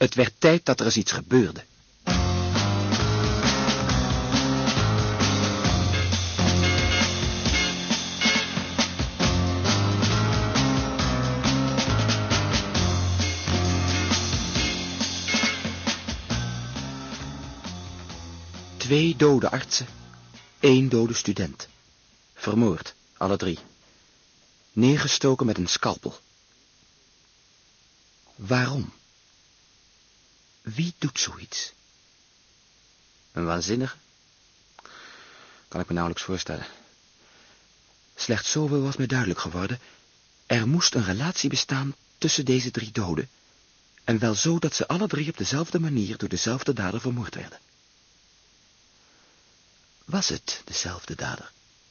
Het werd tijd dat er eens iets gebeurde. Twee dode artsen, 1 dode student. Vermoord, alle 3. Neergestoken met een scalpel. Waarom? Wie doet zoiets? Een waanzinnige? Kan ik me nauwelijks voorstellen. Slechts zoveel was me duidelijk geworden. Er moest een relatie bestaan tussen deze 3 doden. En wel zo dat ze alle 3 op dezelfde manier door dezelfde dader vermoord werden. Was het dezelfde dader?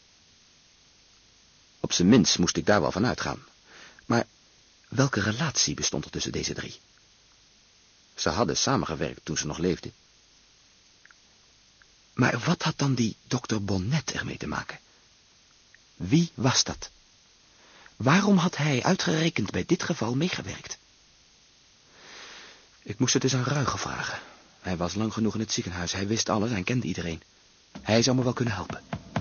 Op zijn minst moest ik daar wel van uitgaan. Maar welke relatie bestond er tussen deze 3? Ze hadden samengewerkt toen ze nog leefden. Maar wat had dan die dokter Bonnet ermee te maken? Wie was dat? Waarom had hij uitgerekend bij dit geval meegewerkt? Ik moest het eens aan Ruige vragen. Hij was lang genoeg in het ziekenhuis. Hij wist alles en kende iedereen. Hij zou me wel kunnen helpen.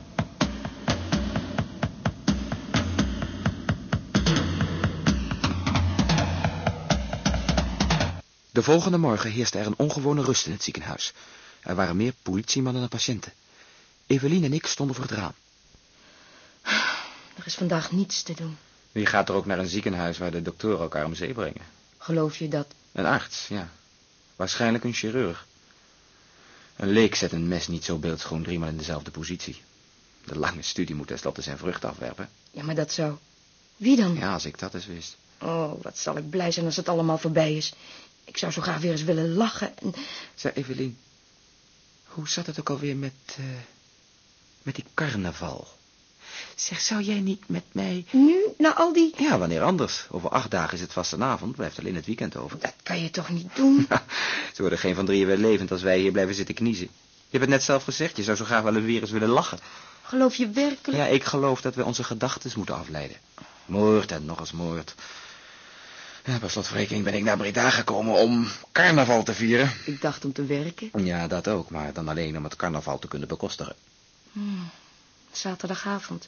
De volgende morgen heerste er een ongewone rust in het ziekenhuis. Er waren meer politiemannen dan patiënten. Evelien en ik stonden voor het raam. Er is vandaag niets te doen. Wie gaat er ook naar een ziekenhuis waar de doktoren elkaar om zee brengen? Geloof je dat? Een arts, ja. Waarschijnlijk een chirurg. Een leek zet een mes niet zo beeldschoon 3 maal in dezelfde positie. De lange studie moet tenslotte zijn vrucht afwerpen. Ja, maar dat zou... Wie dan? Ja, als ik dat eens wist. Oh, wat zal ik blij zijn als het allemaal voorbij is. Ik zou zo graag weer eens willen lachen en... Zeg, Evelien, hoe zat het ook alweer met die carnaval? Zeg, zou jij niet met mij... Nu, na al die... Ja, wanneer anders? Over 8 dagen is het vastenavond, blijft alleen het weekend over. Dat kan je toch niet doen? Ze worden geen van 3 weer levend als wij hier blijven zitten kniezen. Je hebt het net zelf gezegd, je zou zo graag wel weer eens willen lachen. Geloof je werkelijk? Ja, ik geloof dat we onze gedachten moeten afleiden. Moord en nog eens moord. Ja, per slotverrekening ben ik naar Breda gekomen om carnaval te vieren. Ik dacht om te werken. Ja, dat ook, maar dan alleen om het carnaval te kunnen bekostigen. Zaterdagavond.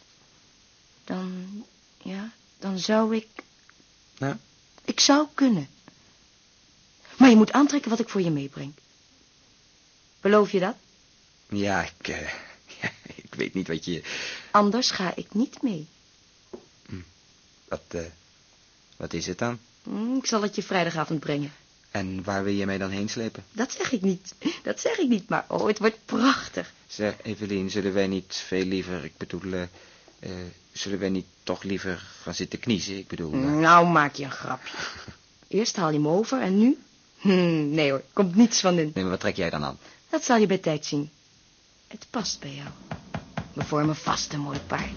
Dan zou ik... Ja? Ik zou kunnen. Maar je moet aantrekken wat ik voor je meebreng. Beloof je dat? Ja, ik weet niet wat je... Anders ga ik niet mee. Wat is het dan? Ik zal het je vrijdagavond brengen. En waar wil je mij dan heen slepen? Dat zeg ik niet, maar het wordt prachtig. Zeg, Evelien, zullen wij niet veel liever, zullen wij niet toch liever gaan zitten kniezen? Ik bedoel... Nou, maak je een grapje. Eerst haal je hem over en nu? Nee hoor, komt niets van in. Nee, maar wat trek jij dan aan? Dat zal je bij tijd zien. Het past bij jou. We vormen vast een mooi paar.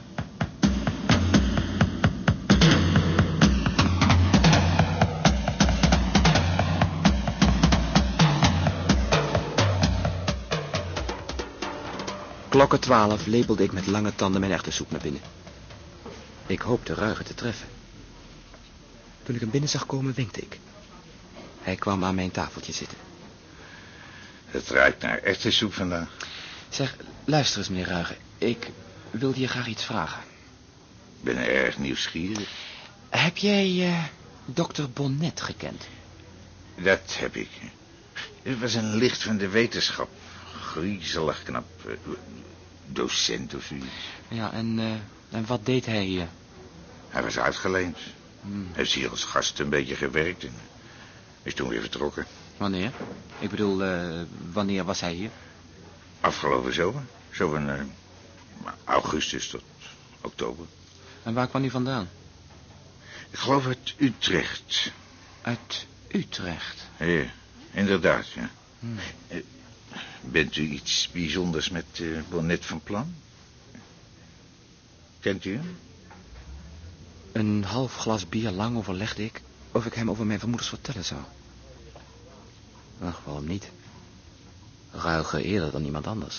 Klokken 12 lepelde ik met lange tanden mijn erwtensoep naar binnen. Ik hoopte Ruige te treffen. Toen ik hem binnen zag komen, winkte ik. Hij kwam aan mijn tafeltje zitten. Het ruikt naar erwtensoep vandaag. Zeg, luister eens, meneer Ruige. Ik wilde je graag iets vragen. Ik ben erg nieuwsgierig. Heb jij dokter Bonnet gekend? Dat heb ik. Het was een licht van de wetenschap. Griezelig knap. Docent of zoiets. Ja, en wat deed hij hier? Hij was uitgeleend. Hij heeft hier als gast een beetje gewerkt en is toen weer vertrokken. Wanneer? Ik bedoel, wanneer was hij hier? Afgelopen zomer. Zo van augustus tot oktober. En waar kwam hij vandaan? Ik geloof uit Utrecht. Uit Utrecht? Ja, inderdaad, ja. Bent u iets bijzonders met Bonnet van plan? Kent u hem? Een half glas bier lang overlegde ik of ik hem over mijn vermoedens vertellen zou. Ach, waarom niet? Ruige eerder dan iemand anders.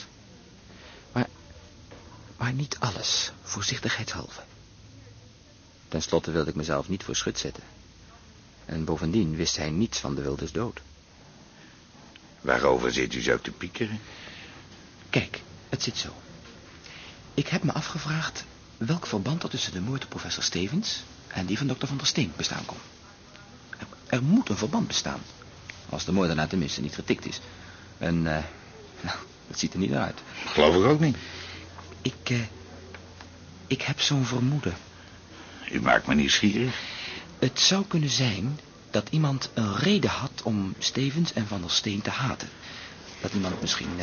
Maar niet alles, voorzichtigheidshalve. Ten slotte wilde ik mezelf niet voor schut zetten. En bovendien wist hij niets van de Wildes dood. Waarover zit u zo te piekeren? Kijk, het zit zo. Ik heb me afgevraagd welk verband er tussen de moord op professor Stevens en die van dokter Van der Steen bestaan kon. Er moet een verband bestaan. Als de moordenaar tenminste niet getikt is. En, nou, dat ziet er niet naar uit. Geloof ik ook niet. Ik heb zo'n vermoeden. U maakt me nieuwsgierig. Het zou kunnen zijn dat iemand een reden had om Stevens en Van der Steen te haten. Dat iemand misschien,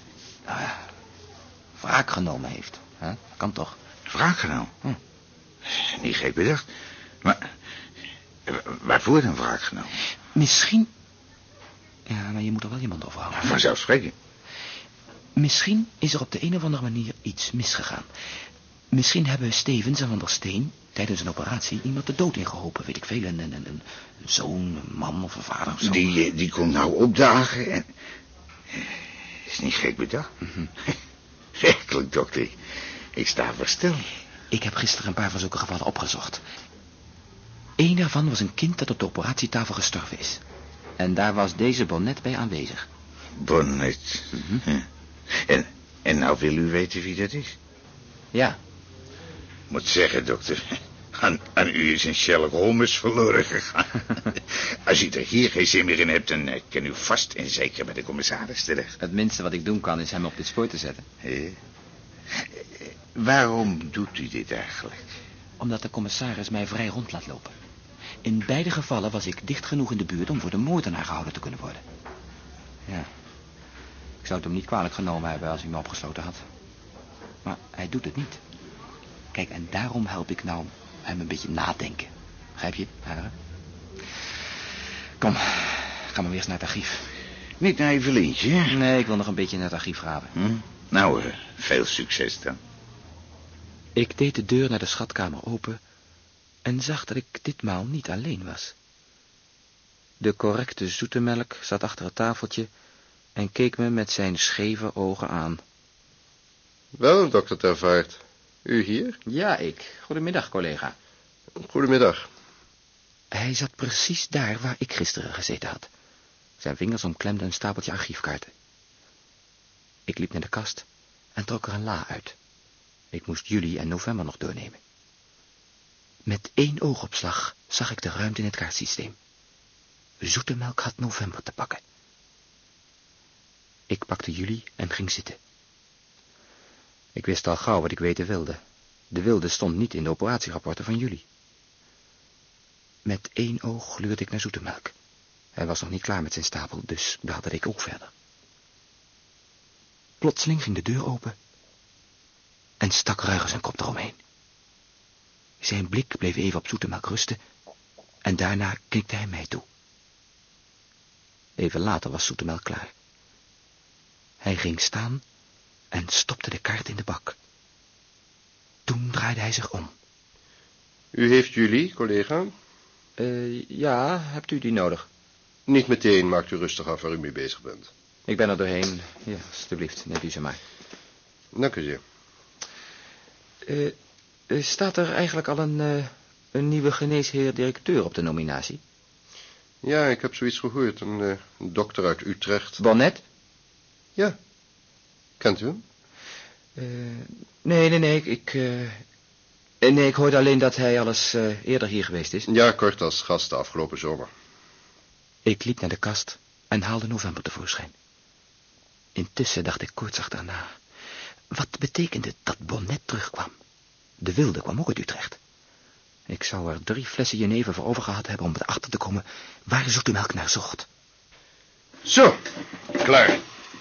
wraak genomen heeft. Huh? Kan toch? Wraak genomen? Niet gek bedacht. Maar waarvoor dan wraak genomen? Misschien... Ja, maar je moet er wel iemand over houden. Vanzelfsprekend. Misschien is er op de een of andere manier iets misgegaan. Misschien hebben Stevens en Van der Steen tijdens een operatie iemand de dood ingeholpen. Weet ik veel, een zoon, een man of een vader of zo. Die komt nou opdagen en... Is niet gek bedacht. Werkelijk, dokter. Ik sta verstil. Ik heb gisteren een paar van zulke gevallen opgezocht. Eén daarvan was een kind dat op de operatietafel gestorven is. En daar was deze Bonnet bij aanwezig. Bonnet. En nou wil u weten wie dat is? Ja. Ik moet zeggen, dokter, aan u is een Sherlock Holmes verloren gegaan. Als u er hier geen zin meer in hebt, dan kan u vast en zeker bij de commissaris terecht. Het minste wat ik doen kan is hem op dit spoor te zetten. Waarom doet u dit eigenlijk? Omdat de commissaris mij vrij rond laat lopen. In beide gevallen was ik dicht genoeg in de buurt om voor de moordenaar gehouden te kunnen worden. Ja. Ik zou het hem niet kwalijk genomen hebben als hij me opgesloten had. Maar hij doet het niet. Kijk, en daarom help ik nou hem een beetje nadenken. Begrijp je, Hare? Kom, ga maar weer eens naar het archief. Niet naar Evelientje? Nee, ik wil nog een beetje naar het archief graven. Nou, veel succes dan. Ik deed de deur naar de schatkamer open en zag dat ik ditmaal niet alleen was. De correcte Zoetemelk zat achter het tafeltje en keek me met zijn scheve ogen aan. Wel, dokter Ter Vaart. U hier? Ja, ik. Goedemiddag, collega. Goedemiddag. Hij zat precies daar waar ik gisteren gezeten had. Zijn vingers omklemden een stapeltje archiefkaarten. Ik liep naar de kast en trok er een la uit. Ik moest juli en november nog doornemen. Met 1 oogopslag zag ik de ruimte in het kaartsysteem. Zoetemelk had november te pakken. Ik pakte juli en ging zitten. Ik wist al gauw wat ik weten wilde. De Wilde stond niet in de operatierapporten van juli. Met 1 oog gluurde ik naar Zoetemelk. Hij was nog niet klaar met zijn stapel, dus bladerde ik ook verder. Plotseling ging de deur open en stak Ruiger zijn kop eromheen. Zijn blik bleef even op Zoetemelk rusten en daarna knikte hij mij toe. Even later was Zoetemelk klaar. Hij ging staan en stopte de kaart in de bak. Toen draaide hij zich om. U heeft jullie, collega? Ja, hebt u die nodig? Niet meteen, maakt u rustig af waar u mee bezig bent. Ik ben er doorheen. Ja, alstublieft, neemt u ze maar. Dank u zeer. Staat er eigenlijk al een nieuwe geneesheer-directeur op de nominatie? Ja, ik heb zoiets gehoord. Een dokter uit Utrecht. Bonnet? Ja. Kent u hem? Nee, ik hoorde alleen dat hij al eens eerder hier geweest is. Ja, kort als gast de afgelopen zomer. Ik liep naar de kast en haalde november tevoorschijn. Intussen dacht ik koortsachtig na. Wat betekende het dat Bonnet terugkwam? De Wilde kwam ook uit Utrecht. Ik zou er 3 flessen jenever voor over gehad hebben om erachter te komen waar Zoetemelk naar zocht. Zo, klaar.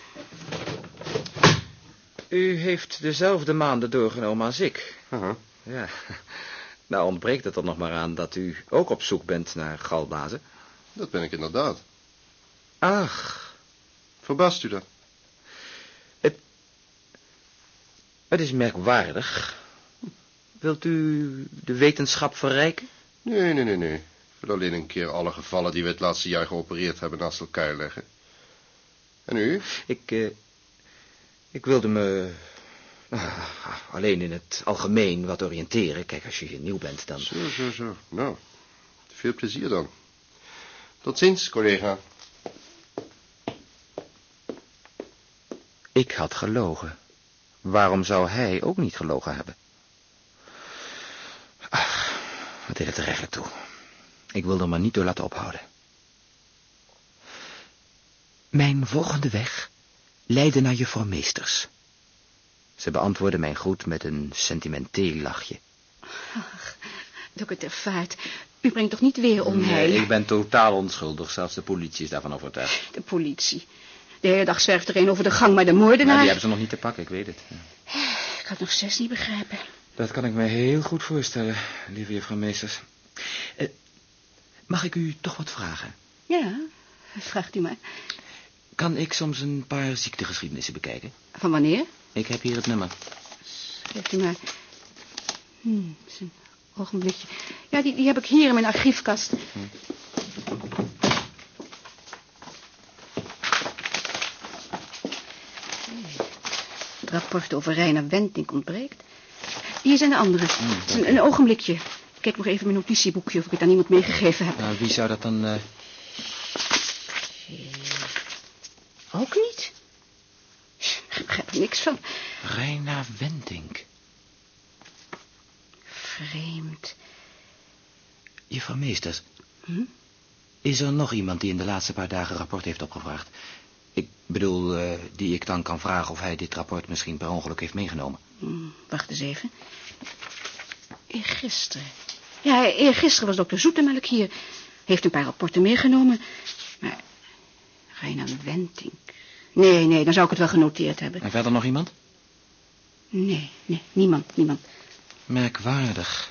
U heeft dezelfde maanden doorgenomen als ik. Ja, nou ontbreekt het er nog maar aan dat u ook op zoek bent naar galblazen. Dat ben ik inderdaad. Ach. Verbaast u dat? Het is merkwaardig. Wilt u de wetenschap verrijken? Nee. Ik wil alleen een keer alle gevallen die we het laatste jaar geopereerd hebben naast elkaar leggen. En u? Ik wilde me alleen in het algemeen wat oriënteren. Kijk, als je hier nieuw bent, dan... Zo. Nou, veel plezier dan. Tot ziens, collega. Ik had gelogen. Waarom zou hij ook niet gelogen hebben? Ach, wat deed het er eigenlijk toe? Ik wilde er maar niet door laten ophouden. Mijn volgende weg leidde naar juffrouw Meesters. Ze beantwoordde mijn groet met een sentimenteel lachje. Ach, dokter Vaart, u brengt toch niet weer om mij? Nee, ik ben totaal onschuldig. Zelfs de politie is daarvan overtuigd. De politie. De hele dag zwerft er een over de gang, maar de moordenaar... Nou, die hebben ze nog niet te pakken, ik weet het. Ik had nog 6 niet begrijpen. Dat kan ik me heel goed voorstellen, lieve juffrouw Meesters. Mag ik u toch wat vragen? Ja, vraagt u maar. Kan ik soms een paar ziektegeschiedenissen bekijken? Van wanneer? Ik heb hier het nummer. Geeft u maar... is een ogenblikje. Ja, die heb ik hier in mijn archiefkast. Het rapport over Reina Wentink ontbreekt. Hier zijn de andere. Een ogenblikje. Ik kijk nog even in mijn notitieboekje of ik het aan iemand meegegeven heb. Nou, wie zou dat dan... Ook niet? Ik begrijp er niks van. Reina Wentink. Vreemd. Juffrouw Meesters. Is er nog iemand die in de laatste paar dagen rapport heeft opgevraagd? Ik bedoel, die ik dan kan vragen of hij dit rapport misschien per ongeluk heeft meegenomen. Wacht eens even. Eergisteren. Ja, eergisteren was dokter Zoetemelk hier. Heeft een paar rapporten meegenomen. Maar Reina Wentink. Nee, dan zou ik het wel genoteerd hebben. En verder nog iemand? Nee, niemand. Merkwaardig.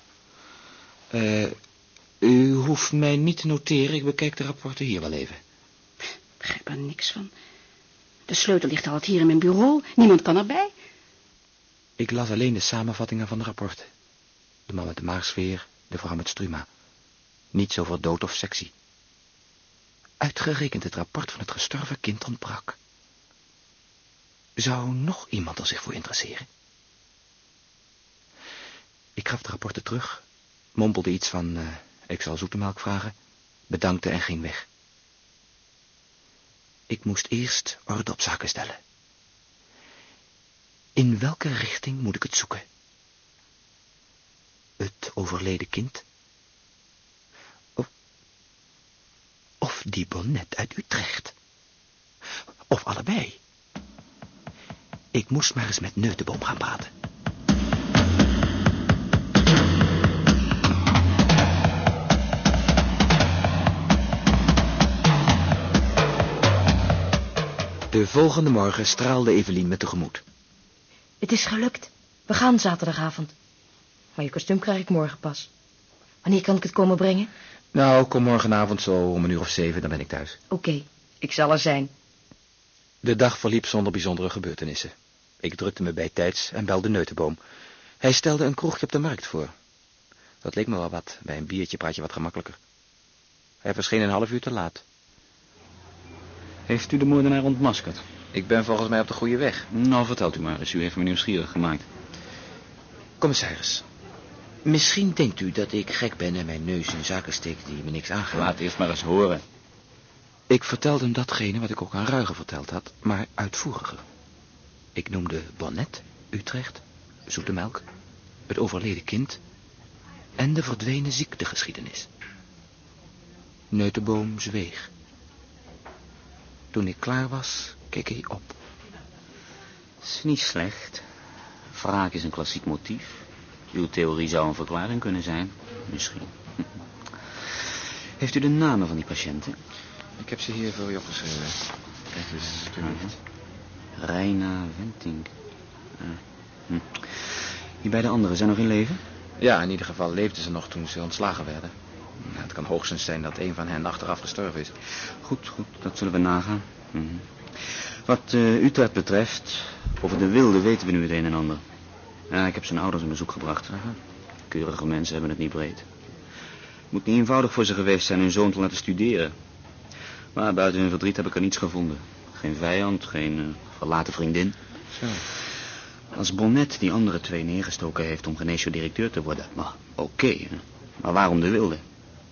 U hoeft mij niet te noteren. Ik bekijk de rapporten hier wel even. Ik begrijp er niks van. De sleutel ligt altijd hier in mijn bureau. Niemand kan erbij. Ik las alleen de samenvattingen van de rapporten. De man met de maagsfeer, de vrouw met struma. Niets over dood of sectie. Uitgerekend het rapport van het gestorven kind ontbrak. Zou nog iemand er zich voor interesseren? Ik gaf de rapporten terug, mompelde iets van, ik zal zoetemelk vragen, bedankte en ging weg. Ik moest eerst orde op zaken stellen. In welke richting moet ik het zoeken? Het overleden kind? Of die Bonnet uit Utrecht? Of allebei? Ik moest maar eens met Neutenboom gaan praten. De volgende morgen straalde Evelien me tegemoet. Het is gelukt. We gaan zaterdagavond. Maar je kostuum krijg ik morgen pas. Wanneer kan ik het komen brengen? Nou, kom morgenavond zo om 7:00, dan ben ik thuis. Oké, ik zal er zijn. De dag verliep zonder bijzondere gebeurtenissen. Ik drukte me bijtijds en belde Neutenboom. Hij stelde een kroegje op de markt voor. Dat leek me wel wat. Bij een biertje praat je wat gemakkelijker. Hij verscheen een half uur te laat. Heeft u de moordenaar ontmaskerd? Ik ben volgens mij op de goede weg. Nou, vertelt u maar eens. U heeft me nieuwsgierig gemaakt. Commissaris, misschien denkt u dat ik gek ben en mijn neus in zaken steek die me niks aangaan. Laat eerst maar eens horen. Ik vertelde hem datgene wat ik ook aan Ruigen verteld had, maar uitvoeriger. Ik noemde Bonnet, Utrecht, Zoetemelk, het overleden kind en de verdwenen ziektegeschiedenis. Neutenboom zweeg. Toen ik klaar was, keek hij op. Is niet slecht. Wraak is een klassiek motief. Uw theorie zou een verklaring kunnen zijn. Misschien. Heeft u de namen van die patiënten? Ik heb ze hier voor je opgeschreven. Kijk eens, alsjeblieft. Reina Wentink. Die beide anderen zijn nog in leven? Ja, in ieder geval leefden ze nog toen ze ontslagen werden. Nou, het kan hoogstens zijn dat een van hen achteraf gestorven is. Goed, dat zullen we nagaan. Wat Utrecht betreft, over de Wilde weten we nu het een en ander. Ja, ik heb zijn ouders een bezoek gebracht. Keurige mensen hebben het niet breed. Het moet niet eenvoudig voor ze geweest zijn hun zoon te laten studeren. Maar buiten hun verdriet heb ik er niets gevonden. Geen vijand, geen verlaten vriendin. Zo. Als Bonnet die andere 2 neergestoken heeft om geneesheer-directeur te worden, maar oké. Maar waarom de Wilde?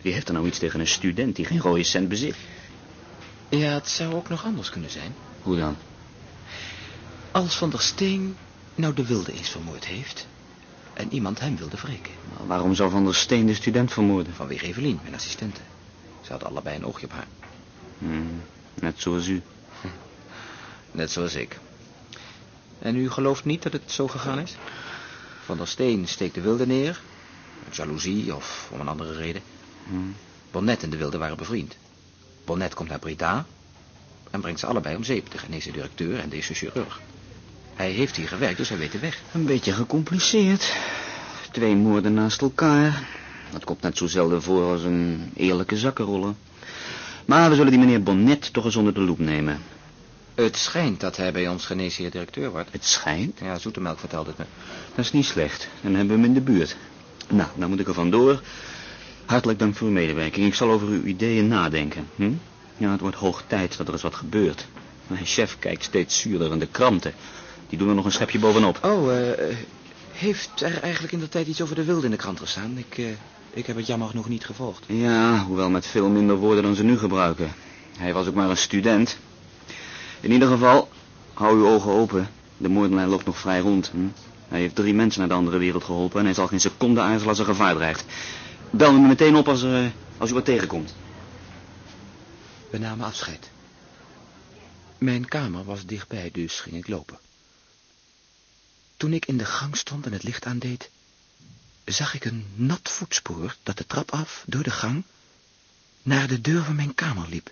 Wie heeft er nou iets tegen een student die geen rode cent bezit? Ja, het zou ook nog anders kunnen zijn. Hoe dan? Als Van der Steen nou de Wilde eens vermoord heeft en iemand hem wilde wreken. Nou, waarom zou Van der Steen de student vermoorden? Vanwege Evelien, mijn assistente. Ze hadden allebei een oogje op haar. Net zoals u. Net zoals ik. En u gelooft niet dat het zo gegaan is? Van der Steen steekt de Wilde neer. Uit jaloezie of om een andere reden. Bonnet en de Wilde waren bevriend. Bonnet komt naar Breda en brengt ze allebei om zeep. De geneesheer directeur en deze chirurg. Hij heeft hier gewerkt, dus hij weet de weg. Een beetje gecompliceerd. 2 moorden naast elkaar. Dat komt net zo zelden voor als een eerlijke zakkenroller. Maar we zullen die meneer Bonnet toch eens onder de loep nemen. Het schijnt dat hij bij ons geneesheer directeur wordt. Het schijnt? Ja, Zoetemelk vertelde het me. Dat is niet slecht. Dan hebben we hem in de buurt. Nou, dan moet ik er vandoor. Hartelijk dank voor uw medewerking. Ik zal over uw ideeën nadenken. Ja, het wordt hoog tijd dat er eens wat gebeurt. Mijn chef kijkt steeds zuurder in de kranten. Die doen er nog een schepje bovenop. Oh, heeft er eigenlijk in de tijd iets over de Wilde in de krant gestaan? Ik heb het jammer genoeg niet gevolgd. Ja, hoewel met veel minder woorden dan ze nu gebruiken. Hij was ook maar een student. In ieder geval, hou uw ogen open. De moordenaar loopt nog vrij rond. Hij heeft 3 mensen naar de andere wereld geholpen en hij zal geen seconde aarzelen als er gevaar dreigt. Bel me meteen op als u wat tegenkomt. We namen afscheid. Mijn kamer was dichtbij, dus ging ik lopen. Toen ik in de gang stond en het licht aandeed, zag ik een nat voetspoor dat de trap af, door de gang, naar de deur van mijn kamer liep.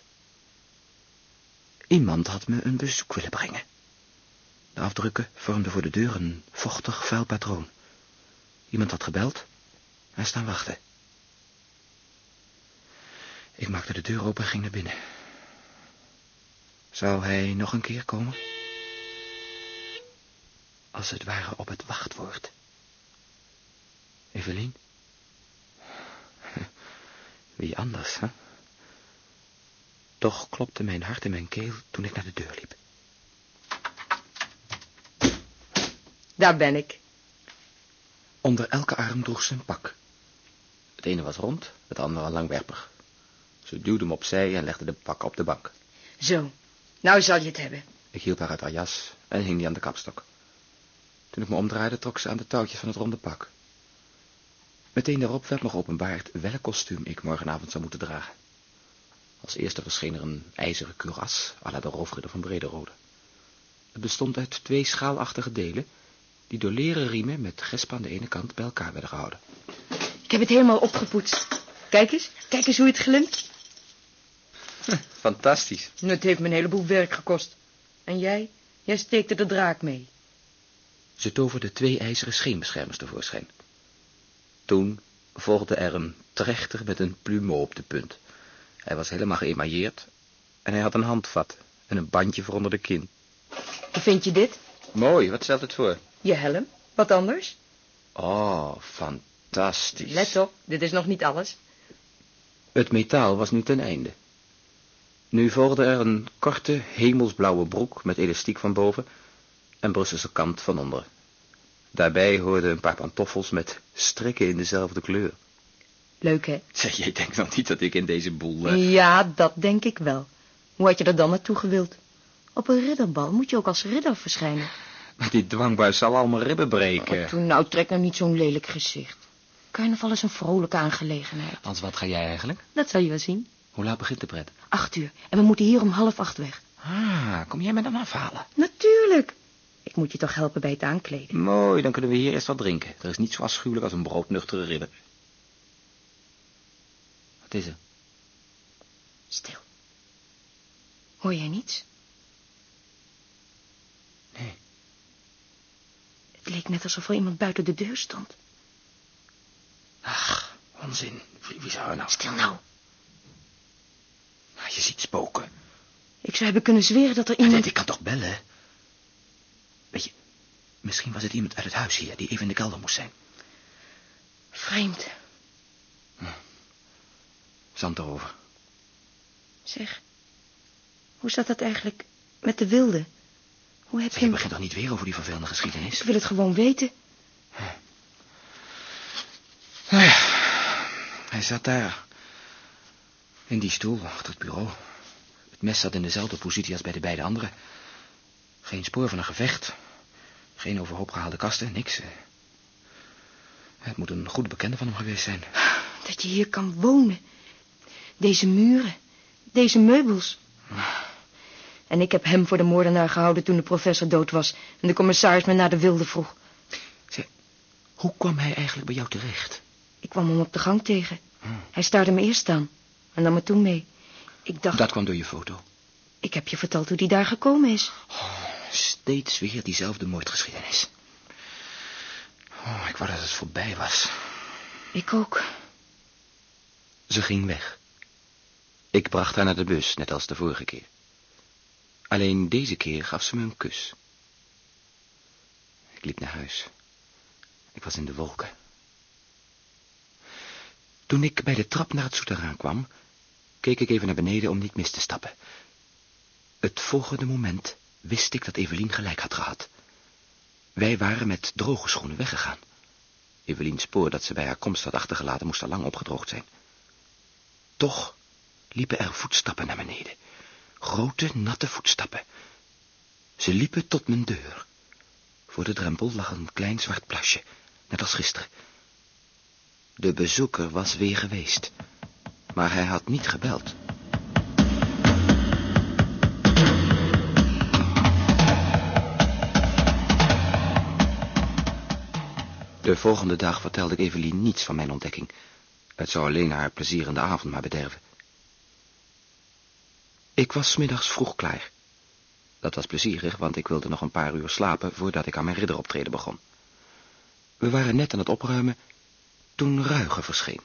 Iemand had me een bezoek willen brengen. De afdrukken vormden voor de deur een vochtig, vuil patroon. Iemand had gebeld en staan wachten. Ik maakte de deur open en ging naar binnen. Zou hij nog een keer komen? Als het ware op het wachtwoord. Evelien? Wie anders, hè? Toch klopte mijn hart in mijn keel toen ik naar de deur liep. Daar ben ik. Onder elke arm droeg ze een pak. Het ene was rond, het andere langwerpig. Ze duwde hem opzij en legde de pak op de bank. Zo, nou zal je het hebben. Ik hielp haar uit haar jas en hing die aan de kapstok. Toen ik me omdraaide, trok ze aan de touwtjes van het ronde pak. Meteen daarop werd nog openbaard welk kostuum ik morgenavond zou moeten dragen. Als eerste verscheen er een ijzeren kuras, à la de roofridder van Brederode. Het bestond uit 2 schaalachtige delen, die door leren riemen met gesp aan de ene kant bij elkaar werden gehouden. Ik heb het helemaal opgepoetst. Kijk eens hoe het glimt. Fantastisch. Het heeft me een heleboel werk gekost. En jij steekt er de draak mee. Ze toverde 2 ijzeren scheenbeschermers tevoorschijn. Toen volgde er een trechter met een plumeau op de punt. Hij was helemaal geëmailleerd en hij had een handvat en een bandje voor onder de kin. Hoe vind je dit? Mooi, wat stelt het voor? Je helm? Wat anders? Oh, fantastisch. Let op, dit is nog niet alles. Het metaal was nu ten einde. Nu volgde er een korte hemelsblauwe broek met elastiek van boven en Brusselse kant van onder. Daarbij hoorden een paar pantoffels met strikken in dezelfde kleur. Leuk, hè? Zeg, jij denkt nog niet dat ik in deze boel... Ja, dat denk ik wel. Hoe had je er dan naartoe gewild? Op een ridderbal moet je ook als ridder verschijnen. Die dwangbuis zal al mijn ribben breken. Toen nou, trek nou niet zo'n lelijk gezicht. Carnaval is een vrolijke aangelegenheid. Als wat ga jij eigenlijk? Dat zal je wel zien. Hoe laat begint de pret? 8 uur. En we moeten hier om 7:30 weg. Ah, kom jij mij dan afhalen? Natuurlijk. Ik moet je toch helpen bij het aankleden. Mooi, dan kunnen we hier eerst wat drinken. Er is niet zo afschuwelijk als een broodnuchtere ridder. Wat is er? Stil. Hoor jij niets? Nee. Het leek net alsof er iemand buiten de deur stond. Ach, onzin. Wie zou er nou... Stil nou. Je ziet spoken. Ik zou hebben kunnen zweren dat er iemand... Ik kan toch bellen? Weet je, misschien was het iemand uit het huis hier die even in de kelder moest zijn. Vreemd. Zand erover. Zeg, hoe staat dat eigenlijk met de Wilde? Hoe heb Zeg, je je hem... begint toch niet weer over die vervelende geschiedenis? Ik wil het gewoon weten. Nou ja, hij zat daar In die stoel, achter het bureau. Het mes zat in dezelfde positie als bij de beide anderen. Geen spoor van een gevecht. Geen overhoop gehaalde kasten, niks. Het moet een goede bekende van hem geweest zijn. Dat je hier kan wonen. Deze muren. Deze meubels. En ik heb hem voor de moordenaar gehouden toen de professor dood was en de commissaris me naar de wilde vroeg. Zeg, hoe kwam hij eigenlijk bij jou terecht? Ik kwam hem op de gang tegen. Hij staarde me eerst aan en nam me toen mee. Ik dacht... Dat kwam door je foto. Ik heb je verteld hoe die daar gekomen is. Steeds weer diezelfde moordgeschiedenis. Ik wou dat het voorbij was. Ik ook. Ze ging weg. Ik bracht haar naar de bus, net als de vorige keer. Alleen deze keer gaf ze me een kus. Ik liep naar huis. Ik was in de wolken. Toen ik bij de trap naar het souterrain kwam, keek ik even naar beneden om niet mis te stappen. Het volgende moment wist ik dat Evelien gelijk had gehad. Wij waren met droge schoenen weggegaan. Evelien's spoor dat ze bij haar komst had achtergelaten moest al lang opgedroogd zijn. Toch liepen er voetstappen naar beneden. Grote, natte voetstappen. Ze liepen tot mijn deur. Voor de drempel lag een klein zwart plasje, net als gisteren. De bezoeker was weer geweest, maar hij had niet gebeld. De volgende dag vertelde ik Evelien niets van mijn ontdekking. Het zou alleen haar plezierende avond maar bederven. Ik was 's middags vroeg klaar. Dat was plezierig, want ik wilde nog een paar uur slapen voordat ik aan mijn ridderoptreden begon. We waren net aan het opruimen toen Ruigen verscheen.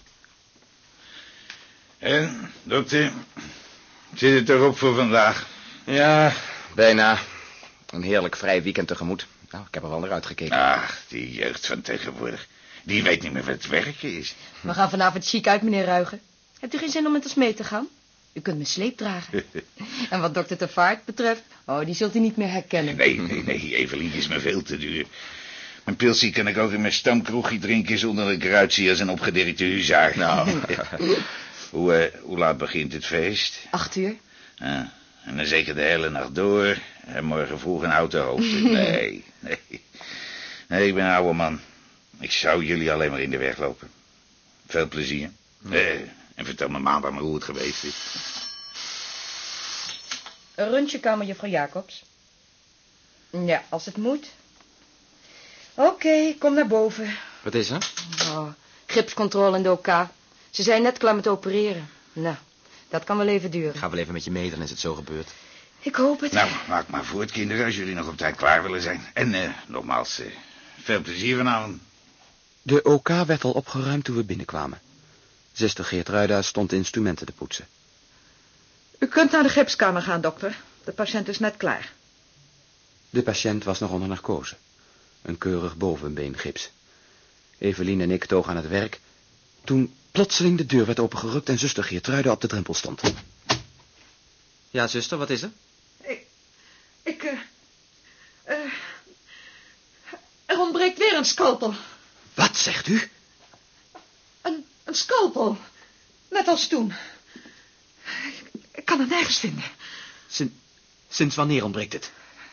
En, dokter, zit het erop voor vandaag? Ja, bijna. Een heerlijk vrij weekend tegemoet. Nou, ik heb er wel naar uitgekeken. Ach, die jeugd van tegenwoordig. Die weet niet meer wat het werken is. We gaan vanavond chic uit, meneer Ruigen. Hebt u geen zin om met ons mee te gaan? U kunt me sleep dragen. En wat dokter Ter Vaart betreft, die zult u niet meer herkennen. Nee, Evelien is me veel te duur. Mijn pilsie kan ik ook in mijn stamkroegje drinken zonder dat ik eruit zie als een opgedirkte huzaar. Nou, hoe laat begint het feest? 8 uur. En dan zeker de hele nacht door. En morgen vroeg een auto hoofd. Nee, ik ben een oude man. Ik zou jullie alleen maar in de weg lopen. Veel plezier. En vertel me maandag maar hoe het geweest is. Een röntgenkamer, juffrouw Jacobs. Ja, als het moet. Oké, kom naar boven. Wat is er? Gipscontrole in de OK. Ze zijn net klaar met opereren. Nou, dat kan wel even duren. Ik ga wel even met je mee, dan is het zo gebeurd. Ik hoop het. Nou, maak maar voort, kinderen, als jullie nog op tijd klaar willen zijn. En nogmaals, veel plezier vanavond. De OK werd al opgeruimd toen we binnenkwamen. Zuster Geertruida stond de instrumenten te poetsen. U kunt naar de gipskamer gaan, dokter. De patiënt is net klaar. De patiënt was nog onder narcose. Een keurig bovenbeengips. Evelien en ik togen aan het werk, toen plotseling de deur werd opengerukt en zuster Geertruida op de drempel stond. Ja, zuster, wat is er? Er ontbreekt weer een scalpel. Wat zegt u? Een scalpel. Net als toen. Ik kan het nergens vinden. Sinds wanneer ontbreekt het?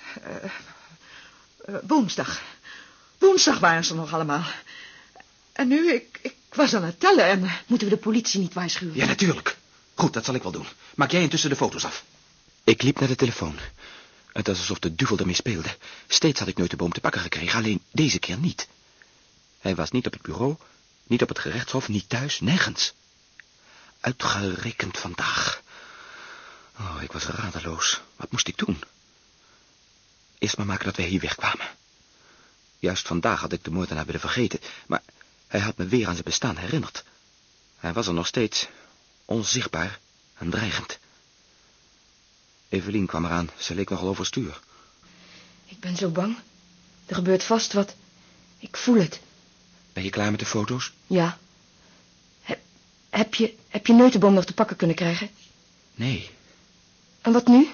Woensdag. Woensdag waren ze nog allemaal. En nu, ik was aan het tellen en... Moeten we de politie niet waarschuwen? Ja, natuurlijk. Goed, dat zal ik wel doen. Maak jij intussen de foto's af. Ik liep naar de telefoon. Het was alsof de duivel ermee speelde. Steeds had ik Neutenboom te pakken gekregen, alleen deze keer niet. Hij was niet op het bureau, niet op het gerechtshof, niet thuis, nergens. Uitgerekend vandaag. Ik was radeloos. Wat moest ik doen? Eerst maar maken dat wij hier wegkwamen. Juist vandaag had ik de moordenaar willen vergeten, maar hij had me weer aan zijn bestaan herinnerd. Hij was er nog steeds, onzichtbaar en dreigend. Evelien kwam eraan, ze leek nogal overstuur. Ik ben zo bang. Er gebeurt vast wat. Ik voel het. Ben je klaar met de foto's? Ja. Heb je Neutenboom nog te pakken kunnen krijgen? Nee. En wat nu?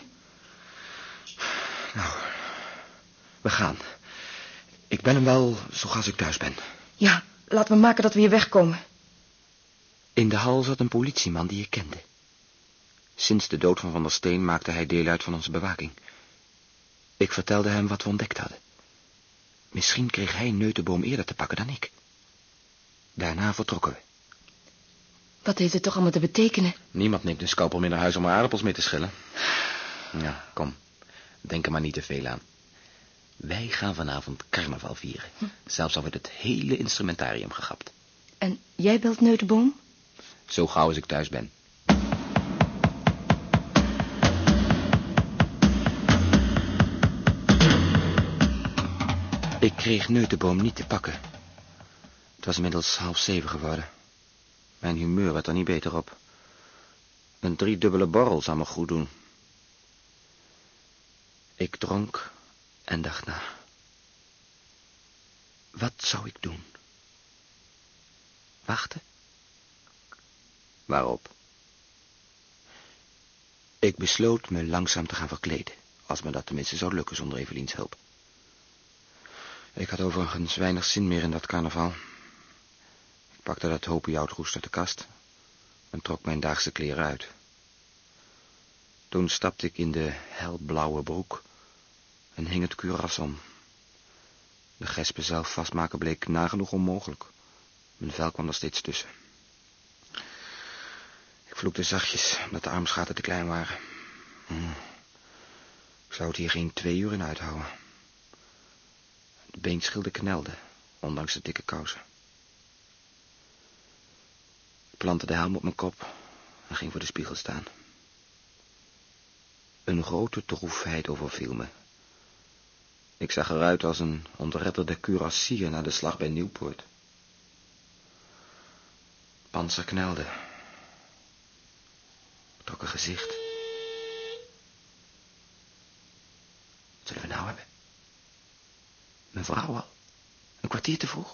Nou, we gaan. Ik ben hem wel zo gauw als ik thuis ben. Ja, laten we maken dat we hier wegkomen. In de hal zat een politieman die ik kende. Sinds de dood van Van der Steen maakte hij deel uit van onze bewaking. Ik vertelde hem wat we ontdekt hadden. Misschien kreeg hij Neutenboom eerder te pakken dan ik. Daarna vertrokken we. Wat heeft het toch allemaal te betekenen? Niemand neemt een scalpel meer naar huis om er aardappels mee te schillen. Ja, kom. Denk er maar niet te veel aan. Wij gaan vanavond carnaval vieren. Zelfs al wordt het hele instrumentarium gegapt. En jij belt Neutenboom? Zo gauw als ik thuis ben. Ik kreeg Neutenboom niet te pakken. Het was inmiddels 6:30 geworden. Mijn humeur werd er niet beter op. Een 3-dubbele borrel zou me goed doen. Ik dronk en dacht na. Wat zou ik doen? Wachten? Waarop? Ik besloot me langzaam te gaan verkleden, als me dat tenminste zou lukken zonder Eveliens hulp. Ik had overigens weinig zin meer in dat carnaval. Ik pakte dat hoopje oud roest uit de kast en trok mijn daagse kleren uit. Toen stapte ik in de helblauwe broek en hing het kuras om. De gespen zelf vastmaken bleek nagenoeg onmogelijk. Mijn vel kwam er steeds tussen. Ik vloekte zachtjes, omdat de armsgaten te klein waren. Ik zou het hier geen 2 uur in uithouden. De beenschilden knelden, ondanks de dikke kousen. Ik plantte de helm op mijn kop en ging voor de spiegel staan. Een grote droefheid overviel me. Ik zag eruit als een ontredderde kurassier na de slag bij Nieuwpoort. Panzer knelde. Ik trok een gezicht. Wat zullen we nou hebben? Mijn vrouw al. Een kwartier te vroeg.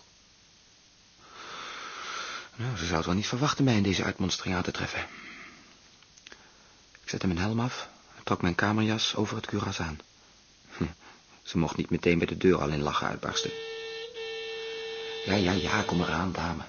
Nou, ze zou het wel niet verwachten mij in deze uitmonstering aan te treffen. Ik zette mijn helm af en trok mijn kamerjas over het kuras aan. Ze mocht niet meteen bij de deur al in lachen uitbarsten. Ja, kom eraan, dame.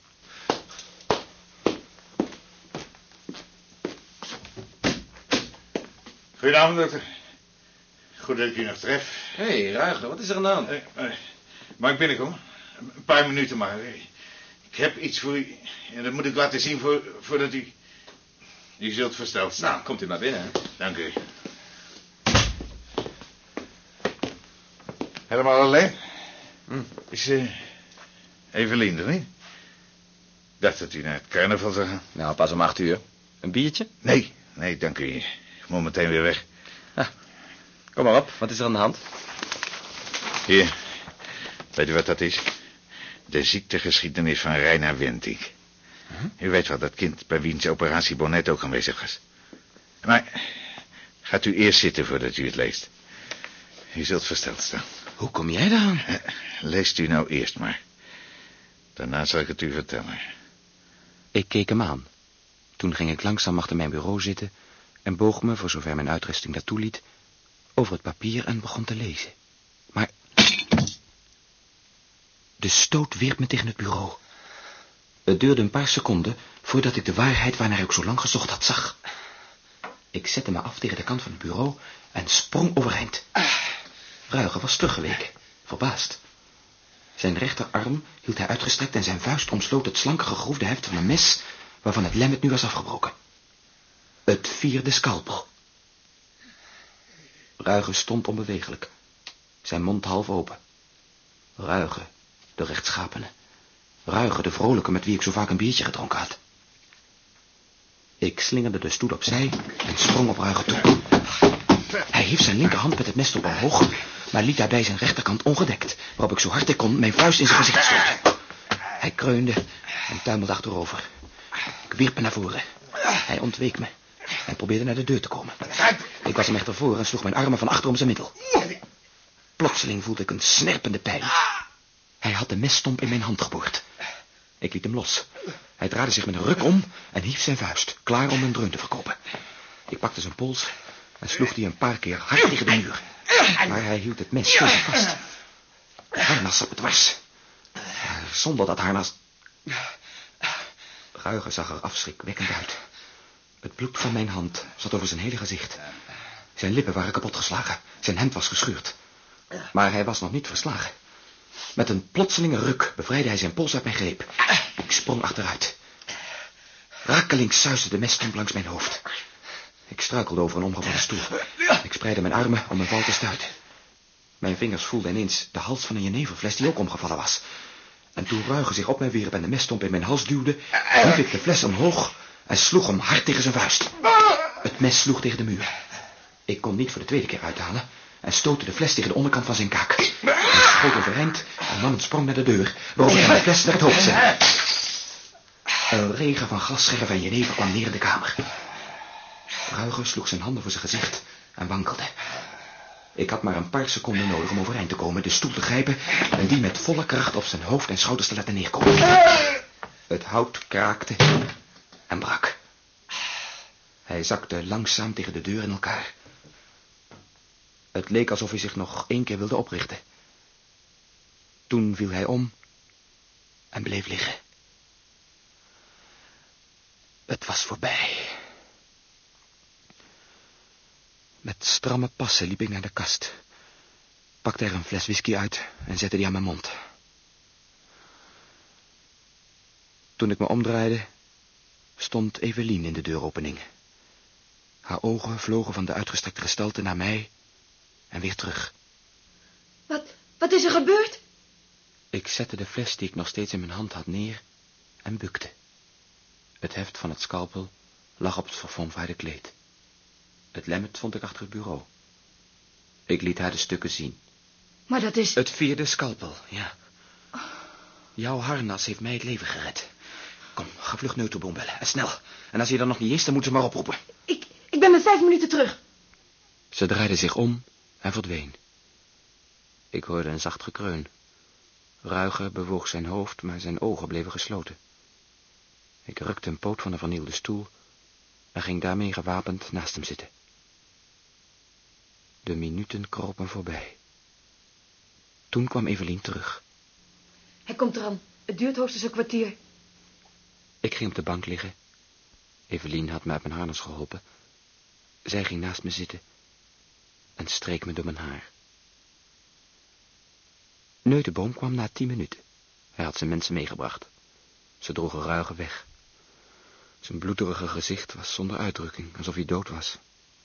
Goedenavond, dokter. Goed dat ik u nog tref. Hé, Ruiger, wat is er aan de hand? Mag ik binnenkomen? Een paar minuten maar. Ik heb iets voor u en dat moet ik laten zien voordat u... U zult versteld staan. Nou, komt u maar binnen. Dank u. Helemaal alleen? Is Evelien er niet? Ik dacht dat u naar het carnaval zou gaan. Nou, pas om 8 uur. Een biertje? Nee, dank u. Ik moet meteen weer weg. Kom maar op, wat is er aan de hand? Hier, weet u wat dat is? De ziektegeschiedenis van Reina Wentink. U weet wel, dat kind bij wiens operatie Bonnet ook aanwezig was. Maar gaat u eerst zitten voordat u het leest. U zult versteld staan. Hoe kom jij daar aan? Leest u nou eerst maar. Daarna zal ik het u vertellen. Ik keek hem aan. Toen ging ik langzaam achter mijn bureau zitten en boog me, voor zover mijn uitrusting dat toeliet, over het papier en begon te lezen. Maar de stoot wierp me tegen het bureau. Het duurde een paar seconden voordat ik de waarheid waarnaar ik zo lang gezocht had zag. Ik zette me af tegen de kant van het bureau en sprong overeind. Ruiger was teruggeweken, verbaasd. Zijn rechterarm hield hij uitgestrekt en zijn vuist omsloot het slanke gegroefde heft van een mes waarvan het lemmet nu was afgebroken. Het 4e scalpel. Ruiger stond onbeweeglijk, zijn mond half open. Ruiger, de rechtschapene. Ruiger, de vrolijke met wie ik zo vaak een biertje gedronken had. Ik slingerde de stoel opzij en sprong op Ruiger toe. Hij hief zijn linkerhand met het mes op omhoog, maar liet daarbij zijn rechterkant ongedekt, waarop ik zo hard ik kon mijn vuist in zijn gezicht sloot. Hij kreunde en tuimelde achterover. Ik wierp me naar voren. Hij ontweek me en probeerde naar de deur te komen. Ik was hem echter voor en sloeg mijn armen van achter om zijn middel. Plotseling voelde ik een snerpende pijn. Hij had de messtomp in mijn hand geboord. Ik liet hem los. Hij draaide zich met een ruk om en hief zijn vuist, klaar om een dreun te verkopen. Ik pakte zijn pols en sloeg die een paar keer hard tegen de muur. Maar hij hield het mes stevig vast. Het harnas zat me dwars. Zonder dat harnas... Ruiger zag er afschrikwekkend uit. Het bloed van mijn hand zat over zijn hele gezicht. Zijn lippen waren kapotgeslagen. Zijn hemd was gescheurd. Maar hij was nog niet verslagen. Met een plotselinge ruk bevrijdde hij zijn pols uit mijn greep. Ik sprong achteruit. Rakelings suisde de messtomp langs mijn hoofd. Ik struikelde over een omgevallen stoel. Ik spreidde mijn armen om mijn val te stuiten. Mijn vingers voelden ineens de hals van een jeneverfles die ook omgevallen was. En toen Ruiger zich op mij wierp en de messtomp in mijn hals duwde, hief ik de fles omhoog en sloeg hem hard tegen zijn vuist. Het mes sloeg tegen de muur. Ik kon niet voor de tweede keer uithalen en stootte de fles tegen de onderkant van zijn kaak. Hij schoot overeind en nam een sprong naar de deur, waarop ik hem de fles naar het hoofd zette. Een regen van glasscherven en jenever kwam neer in de kamer. Ruiger sloeg zijn handen voor zijn gezicht en wankelde. Ik had maar een paar seconden nodig om overeind te komen, de stoel te grijpen en die met volle kracht op zijn hoofd en schouders te laten neerkomen. Het hout kraakte en brak. Hij zakte langzaam tegen de deur in elkaar. Het leek alsof hij zich nog 1 keer wilde oprichten. Toen viel hij om en bleef liggen. Het was voorbij. Met stramme passen liep ik naar de kast, pakte er een fles whisky uit en zette die aan mijn mond. Toen ik me omdraaide, stond Evelien in de deuropening. Haar ogen vlogen van de uitgestrekte gestalte naar mij en weer terug. Wat is er gebeurd? Ik zette de fles die ik nog steeds in mijn hand had neer en bukte. Het heft van het scalpel lag op het verfomfaaide kleed. Het lemmet vond ik achter het bureau. Ik liet haar de stukken zien. Maar dat is... Het 4e scalpel, ja. Jouw harnas heeft mij het leven gered. Kom, ga vlug Neutelboom bellen. En snel. En als hij er nog niet is, dan moeten ze maar oproepen. Ik ben met 5 minuten terug. Ze draaide zich om en verdween. Ik hoorde een zacht gekreun. Ruiger bewoog zijn hoofd, maar zijn ogen bleven gesloten. Ik rukte een poot van de vernielde stoel en ging daarmee gewapend naast hem zitten. De minuten kropen voorbij. Toen kwam Evelien terug. Hij komt eraan. Het duurt hoogstens een kwartier. Ik ging op de bank liggen. Evelien had me uit mijn harnas geholpen. Zij ging naast me zitten en streek me door mijn haar. Neutelboom kwam na 10 minuten. Hij had zijn mensen meegebracht. Ze droegen Ruiger weg. Zijn bloederige gezicht was zonder uitdrukking, alsof hij dood was.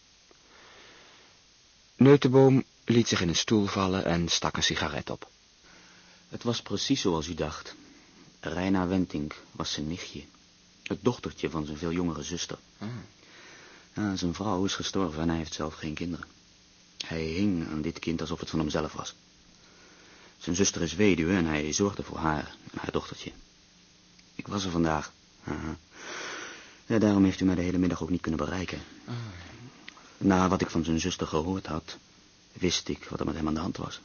Neutelboom liet zich in een stoel vallen en stak een sigaret op. Het was precies zoals u dacht. Reina Wentink was zijn nichtje. Het dochtertje van zijn veel jongere zuster. Ja, zijn vrouw is gestorven en hij heeft zelf geen kinderen. Hij hing aan dit kind alsof het van hemzelf was. Zijn zuster is weduwe en hij zorgde voor haar en haar dochtertje. Ik was er vandaag. Aha. Ja, daarom heeft u mij de hele middag ook niet kunnen bereiken. Na wat ik van zijn zuster gehoord had, wist ik wat er met hem aan de hand was.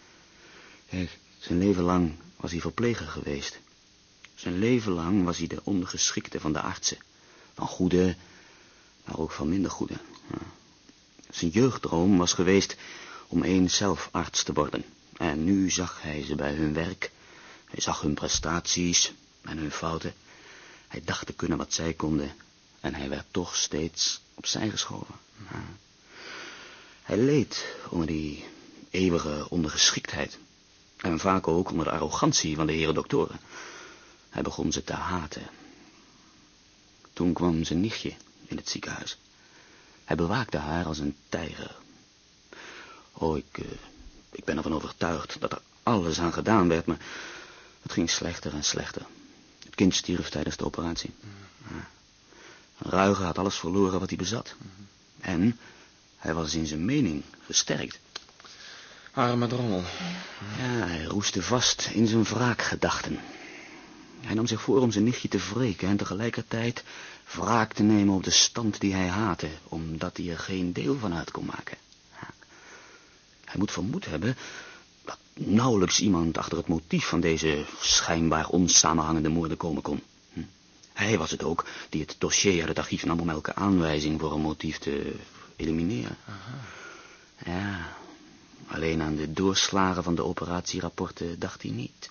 Zijn leven lang was hij verpleger geweest. Zijn leven lang was hij de ondergeschikte van de artsen. Van goede, maar ook van minder goede. Ja. Zijn jeugddroom was geweest om eens zelf arts te worden. En nu zag hij ze bij hun werk. Hij zag hun prestaties en hun fouten. Hij dacht te kunnen wat zij konden. En hij werd toch steeds opzij geschoven. Ja. Hij leed onder die eeuwige ondergeschiktheid. En vaak ook onder de arrogantie van de heren doktoren. Hij begon ze te haten. Toen kwam zijn nichtje in het ziekenhuis. Hij bewaakte haar als een tijger. Oh, ik ben ervan overtuigd dat er alles aan gedaan werd, maar het ging slechter en slechter. Het kind stierf tijdens de operatie. Ja. Ruiger had alles verloren wat hij bezat. En hij was in zijn mening versterkt. Arme drommel. Ja, hij roestte vast in zijn wraakgedachten. Hij nam zich voor om zijn nichtje te wreken en tegelijkertijd wraak te nemen op de stand die hij haatte, omdat hij er geen deel van uit kon maken. Ja. Hij moet vermoed hebben dat nauwelijks iemand achter het motief van deze schijnbaar onsamenhangende moorden komen kon. Hij was het ook die het dossier uit het archief nam om elke aanwijzing voor een motief te elimineren. Aha. Ja, alleen aan de doorslagen van de operatierapporten dacht hij niet.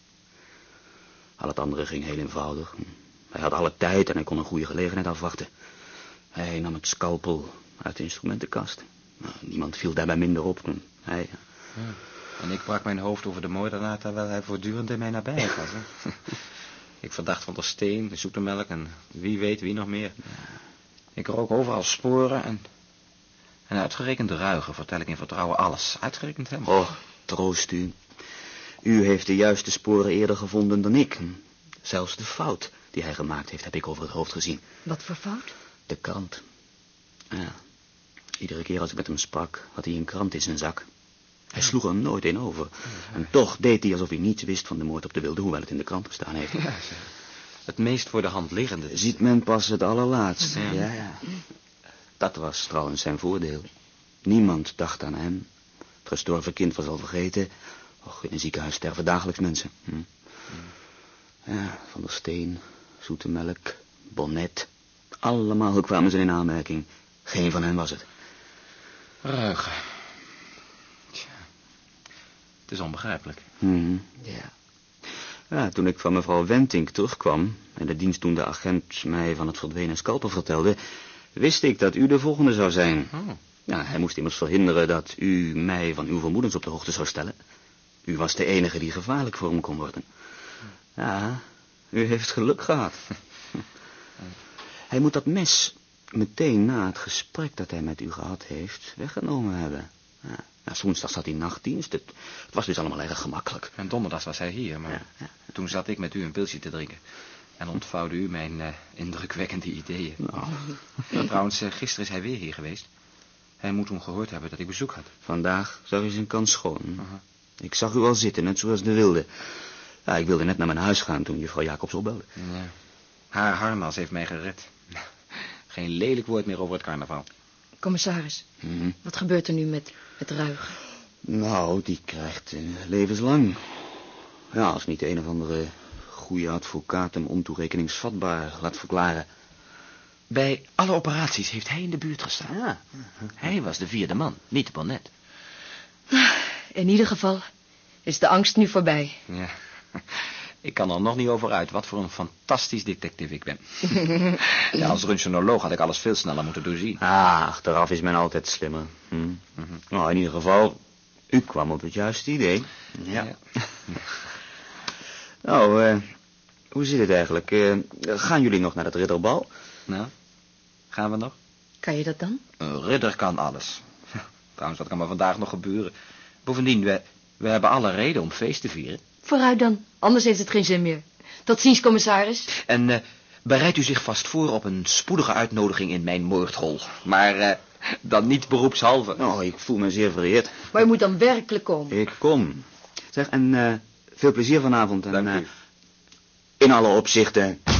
Al het andere ging heel eenvoudig. Hij had alle tijd en hij kon een goede gelegenheid afwachten. Hij nam het scalpel uit de instrumentenkast. Nou, niemand viel daarbij minder op dan hij. Ja. En ik brak mijn hoofd over de moordenaar terwijl hij voortdurend in mijn nabijheid was. Hè? Ik verdacht Van der Steen, de Zoetemelk en wie weet wie nog meer. Ik rook overal sporen en uitgerekend de Ruigen vertel ik in vertrouwen alles. Uitgerekend hem. Oh, troost u. U heeft de juiste sporen eerder gevonden dan ik. Zelfs de fout die hij gemaakt heeft, heb ik over het hoofd gezien. Wat voor fout? De krant. Ja. Iedere keer als ik met hem sprak, had hij een krant in zijn zak. Hij sloeg er nooit een over. En toch deed hij alsof hij niets wist van de moord op de Wilde, hoewel het in de krant gestaan heeft. Ja, het meest voor de hand liggende. Ziet men pas het allerlaatst. Ja. Ja. Dat was trouwens zijn voordeel. Niemand dacht aan hem. Het gestorven kind was al vergeten. Och, in een ziekenhuis sterven dagelijks mensen. Ja, Van der Steen, Zoetemelk, Bonnet. Allemaal kwamen ze in aanmerking. Geen van hen was het. Ruigen. Tja. Het is onbegrijpelijk. Ja. Ja, toen ik van mevrouw Wentink terugkwam en de dienstdoende agent mij van het verdwenen scalpel vertelde, wist ik dat u de volgende zou zijn. Oh. Ja, hij moest immers verhinderen dat u mij van uw vermoedens op de hoogte zou stellen. U was de enige die gevaarlijk voor hem kon worden. Ja, u heeft geluk gehad. Hij moet dat mes meteen na het gesprek dat hij met u gehad heeft weggenomen hebben. Ja, woensdag zat hij nachtdienst. Het was dus allemaal erg gemakkelijk. En donderdag was hij hier, maar toen zat ik met u een pilsje te drinken. En ontvouwde u mijn indrukwekkende ideeën. Nou. Trouwens, gisteren is hij weer hier geweest. Hij moet toen gehoord hebben dat ik bezoek had. Vandaag zag u zijn kans schoon. Ik zag u al zitten, net zoals de Wilde. Ja, ik wilde net naar mijn huis gaan toen juffrouw Jacobs opbelde. Ja. Haar harnas heeft mij gered. Geen lelijk woord meer over het carnaval. Commissaris, wat gebeurt er nu met Ruigen? Nou, die krijgt levenslang. Ja, als niet een of andere goede advocaat hem ontoerekeningsvatbaar laat verklaren. Bij alle operaties heeft hij in de buurt gestaan. Ja. Hij was de vierde man, niet Bonnet. In ieder geval is de angst nu voorbij. Ja. Ik kan er nog niet over uit wat voor een fantastisch detective ik ben. Ja, als röntgenoloog had ik alles veel sneller moeten doorzien. Achteraf is men altijd slimmer. Nou, in ieder geval, u kwam op het juiste idee. Ja. Nou, hoe zit het eigenlijk? Gaan jullie nog naar het ridderbal? Nou, gaan we nog? Kan je dat dan? Een ridder kan alles. Trouwens, wat kan er vandaag nog gebeuren? Bovendien, we hebben alle reden om feest te vieren. Vooruit dan, anders heeft het geen zin meer. Tot ziens, commissaris. En bereidt u zich vast voor op een spoedige uitnodiging in mijn moordrol. Maar dan niet beroepshalve. Nou, ik voel me zeer vereerd. Maar je moet dan werkelijk komen. Ik kom. Zeg, en veel plezier vanavond. En, Dank u. in alle opzichten.